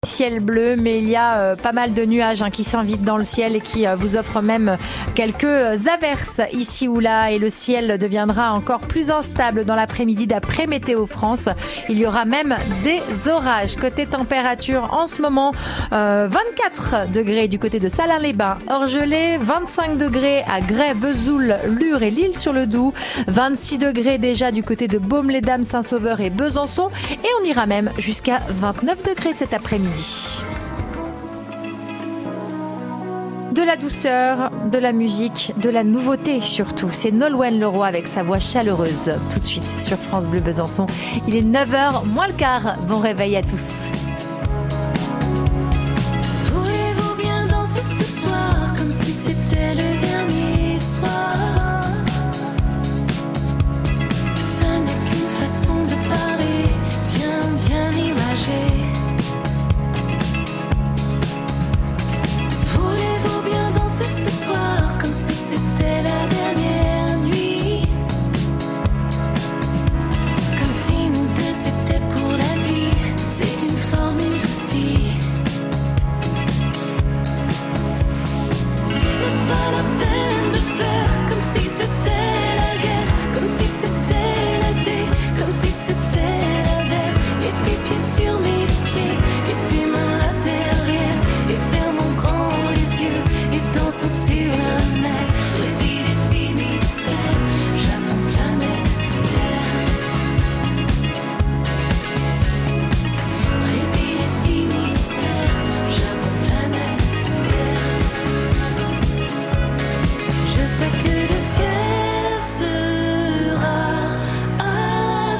Ciel bleu, mais il y a pas mal de nuages qui s'invitent dans le ciel et qui vous offrent même quelques averses ici ou là. Et le ciel deviendra encore plus instable dans l'après-midi d'après Météo France. Il y aura même des orages. Côté température, en ce moment, 24 degrés du côté de Salins-les-Bains, Orgelès, 25 degrés à Gray, Vesoul, Lure et l'Île-sur-le-Doubs, 26 degrés déjà du côté de Baume-les-Dames, Saint-Sauveur et Besançon. Et on ira même jusqu'à 29 degrés cet après-midi. De la douceur, de la musique, de la nouveauté surtout. C'est Nolwenn Leroy avec sa voix chaleureuse. Tout de suite sur France Bleu Besançon. Il est 9h moins le quart. Bon réveil à tous. Voulez-vous bien danser ce soir comme si c'était le dernier soir? Ça n'est qu'une façon de parler, bien imagée. Ce soir, comme si c'était la dernière nuit, comme si nous deux c'était pour la vie, c'est une formule aussi. Mais pas la peine de faire comme si c'était la guerre, comme si c'était la dé, comme si c'était la der. Et tes pieds sur mes pieds, et tes mains là derrière, et ferme grand les yeux. Dansons sur la mer, Brésil et Finistère, Japon, planète Terre. Brésil et Finistère, Japon, planète Terre. Je sais que le ciel sera à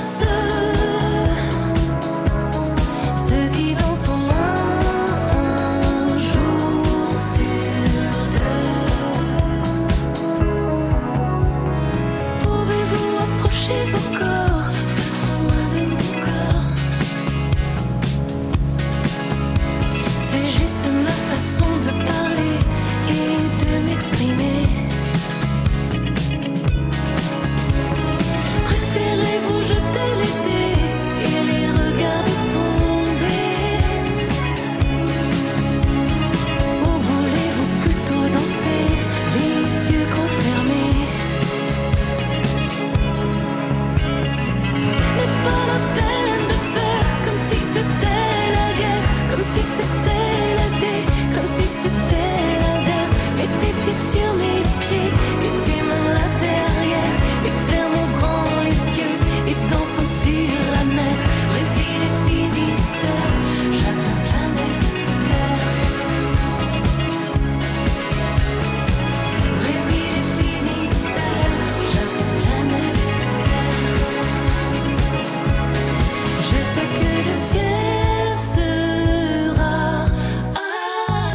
ceux qui dansent au moins un jour sur. Approchez vos corps, pas trop loin de mon corps. C'est juste ma façon de parler et de m'exprimer. Préférez-vous jeter les dés et les regarder tomber? Ou voulez-vous plutôt danser les yeux fermés? Pas la peine de faire comme si c'était la guerre, comme si c'était la dé, comme si c'était la der. Mets tes pieds sur mes pieds et tes mains là derrière, et ferme grand les yeux et dansons sur la mer. Brésil et Finistère, Japon, planète Terre. Brésil et Finistère, Japon, planète Terre. Je sais que le ciel sera à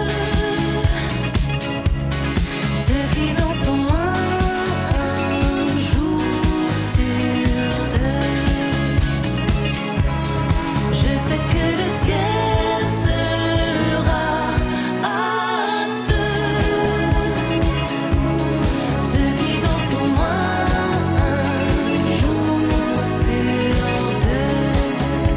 ceux qui dansent au moins un jour sur deux. Je sais que le ciel sera à ceux qui dansent au moins un jour sur deux.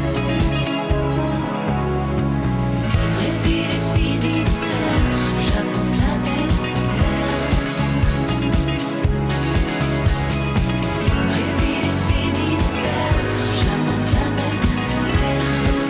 Brésil et Finistère, Japon, planète Terre. Brésil et Finistère, Japon, planète Terre.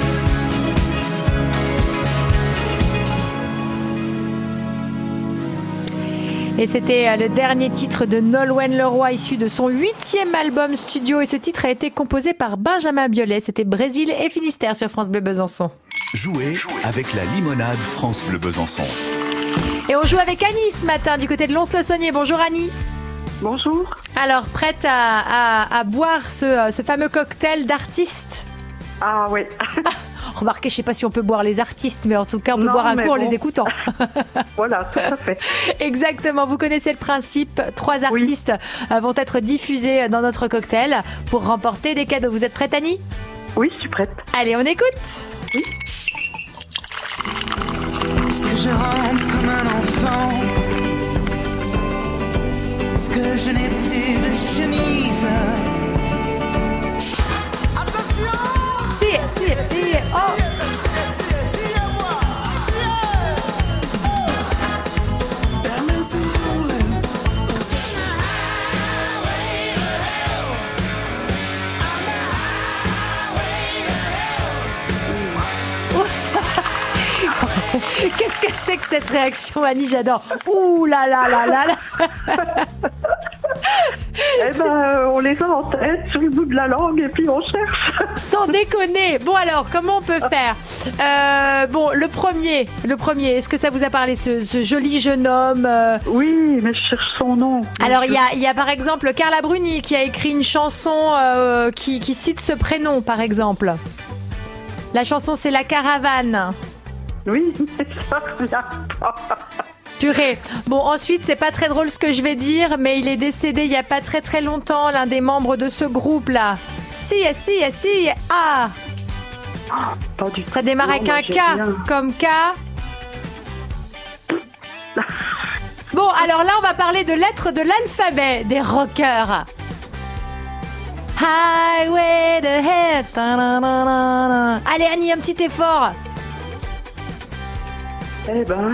Et c'était le dernier titre de Nolwenn Leroy, issu de son 8e album studio. Et ce titre a été composé par Benjamin Biolay. C'était Brésil et Finistère sur France Bleu Besançon. Jouez avec la limonade France Bleu Besançon. Et on joue avec Annie ce matin du côté de Lons-le-Saunier. Bonjour Annie. Bonjour. Alors, prête à boire ce fameux cocktail d'artistes? Ah oui. Remarquez, je ne sais pas si on peut boire les artistes, mais en tout cas, on peut Non, boire un mais coup en bon. les écoutant. Voilà, tout à fait. Exactement, vous connaissez le principe. 3 artistes vont être diffusés dans notre cocktail pour remporter des cadeaux. Vous êtes prête, Annie? Oui, je suis prête. Allez, on écoute. Oui. Est-ce que je rentre comme un enfant? Est-ce que je n'ai plus de chemise? Si, oh. c'est que cette réaction, Annie, j'adore. Ouh là là là là là. Eh ben, on les a en tête, sur le bout de la langue, et puis on cherche. Sans déconner. Bon alors, comment on peut faire? Bon, le premier, est-ce que ça vous a parlé, ce joli jeune homme Oui, mais je cherche son nom. Alors, il y a par exemple Carla Bruni qui a écrit une chanson qui cite ce prénom, par exemple. La chanson, c'est La Caravane. Oui, mais ça revient pas. Purée. Bon, ensuite, c'est pas très drôle ce que je vais dire, mais il est décédé il y a pas très très longtemps, l'un des membres de ce groupe-là. Si. Ah, Pas du tout. ça démarre Non, avec moi, un j'ai K, rien. comme K. Bon, alors là, on va parler de lettres de l'alphabet des rockers. Highway to Hell. Ta-na-na-na-na. Allez, Annie, un petit effort. Eh ben...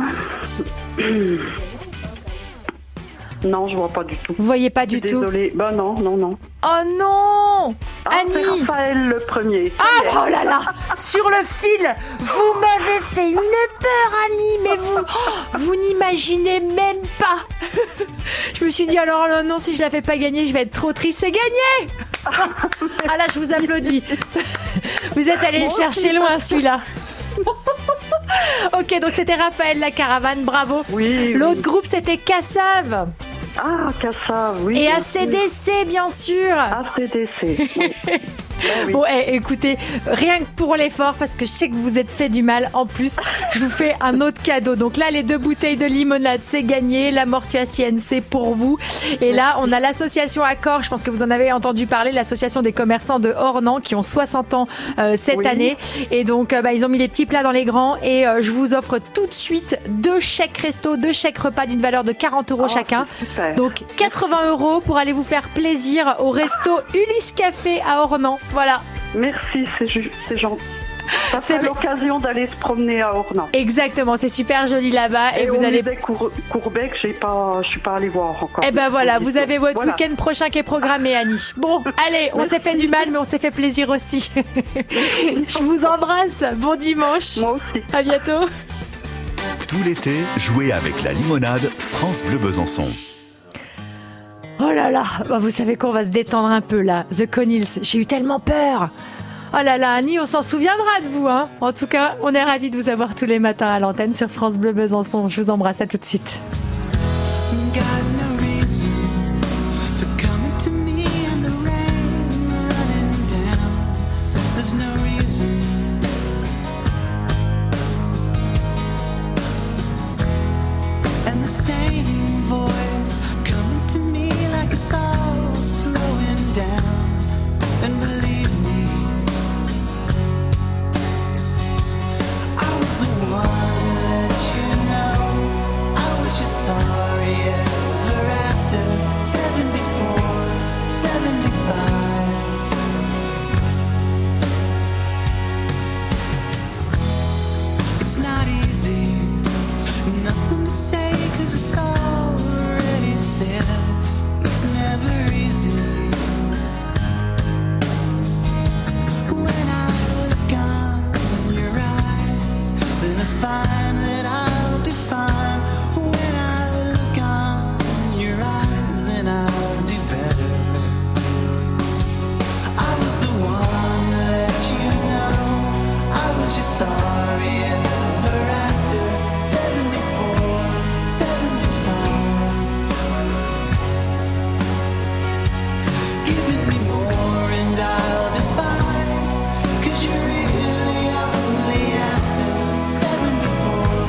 Non, je vois pas du tout. Vous voyez pas du tout. Désolée. Ben non. Oh non, Ah, Annie. c'est Raphaël le premier. Ça y est. Oh là là, sur le fil, vous m'avez fait une peur, Annie, mais vous n'imaginez même pas. Je me suis dit, alors non, si je la fais pas gagner, je vais être trop triste. C'est gagné. Ah là, je vous applaudis. Vous êtes allé le chercher loin, celui-là. Ok, donc c'était Raphaël La Caravane, bravo. Oui. L'autre groupe, c'était Cassave. Ah, Kassav, oui. Et bien sûr. ACDC, bien sûr. ACDC. Oui. Ben oui. Bon, écoutez, rien que pour l'effort, parce que je sais que vous vous êtes fait du mal, en plus, je vous fais un autre cadeau. Donc là, les 2 bouteilles de limonade, c'est gagné. La Mortuacienne, c'est pour vous. Et là, on a l'association Accor, je pense que vous en avez entendu parler, l'association des commerçants de Ornans, qui ont 60 ans cette Oui. année. Et donc, ils ont mis les petits plats dans les grands. Et je vous offre tout de suite 2 chèques resto, 2 chèques repas d'une valeur de 40 € Oh, chacun. c'est super. Donc 80 € pour aller vous faire plaisir au resto Ulysse Café à Ornans. Voilà. Merci, c'est gentil. Ça C'est sera bien. l'occasion d'aller se promener à Ornans. Exactement, c'est super joli là-bas et vous au allez. musée Courbec, je suis pas allée voir encore. Eh ben voilà, vous avez votre Voilà. week-end prochain qui est programmé, Annie. Bon, allez, on s'est fait du mal, mais on s'est fait plaisir aussi. Je vous embrasse. Bon dimanche. Moi aussi. À bientôt. Tout l'été, jouez avec la limonade France Bleu Besançon. Oh là là, vous savez qu'on va se détendre un peu là. The Connells, j'ai eu tellement peur. Oh là là, Annie, on s'en souviendra de vous, hein. En tout cas, on est ravis de vous avoir tous les matins à l'antenne sur France Bleu Besançon. Je vous embrasse, à tout de suite. Got no reason for coming to me in the rain, running down. There's no reason. And the same voice coming to me like it's all slowing down. And believe me, I was the one that you know. I was just sorry ever after 74, 75. It's not easy, nothing to say 'cause it's already said. It's never easy. When I look on your eyes, then I find that I'll do fine. When I look on your eyes, then I'll do better. I was the one that you know. I was just sorry ever after 74, 75. Giving me more and I'll define. 'Cause you're really only after 74,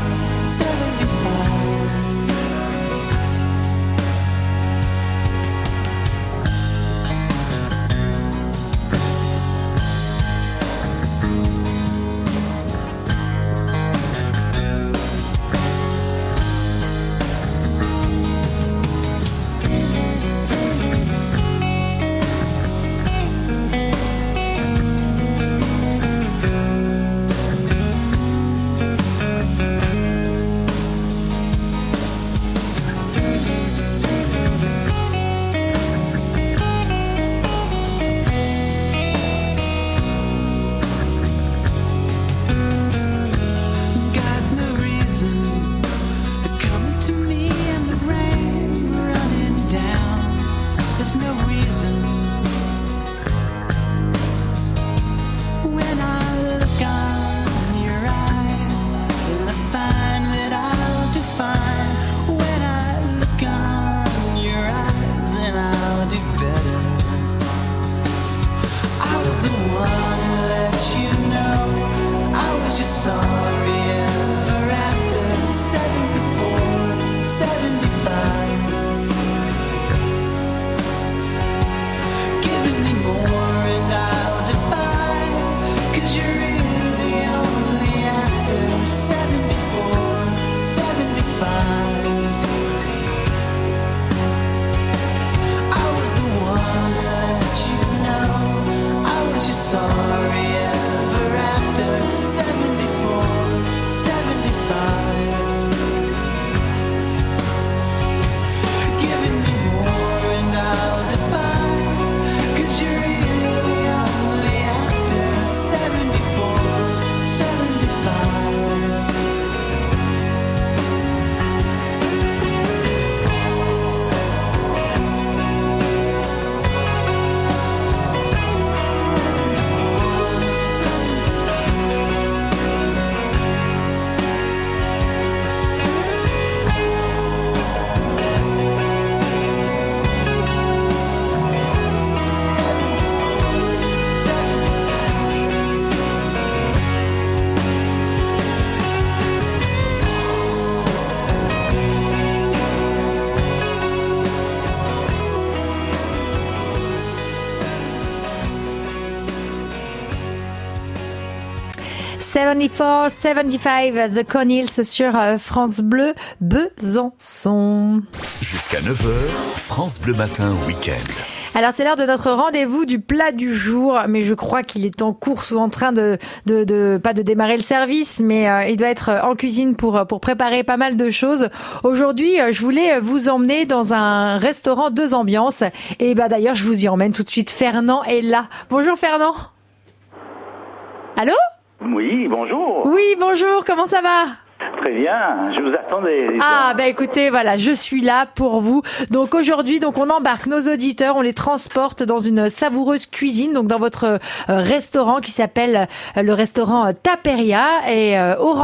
74-75, The Connells sur France Bleu Besançon. Jusqu'à 9h, France Bleu Matin Week-end. Alors c'est l'heure de notre rendez-vous du plat du jour, mais je crois qu'il est en course ou en train de pas de démarrer le service, mais il doit être en cuisine pour préparer pas mal de choses. Aujourd'hui, je voulais vous emmener dans un restaurant 2 ambiances, et d'ailleurs je vous y emmène tout de suite. Fernand est là. Bonjour Fernand. Allô ? Oui, bonjour. Oui, bonjour. Comment ça va ? Très bien, je vous attendais. Écoutez, voilà, je suis là pour vous. Donc aujourd'hui, on embarque nos auditeurs, on les transporte dans une savoureuse cuisine, donc dans votre restaurant qui s'appelle le restaurant Taperia, et au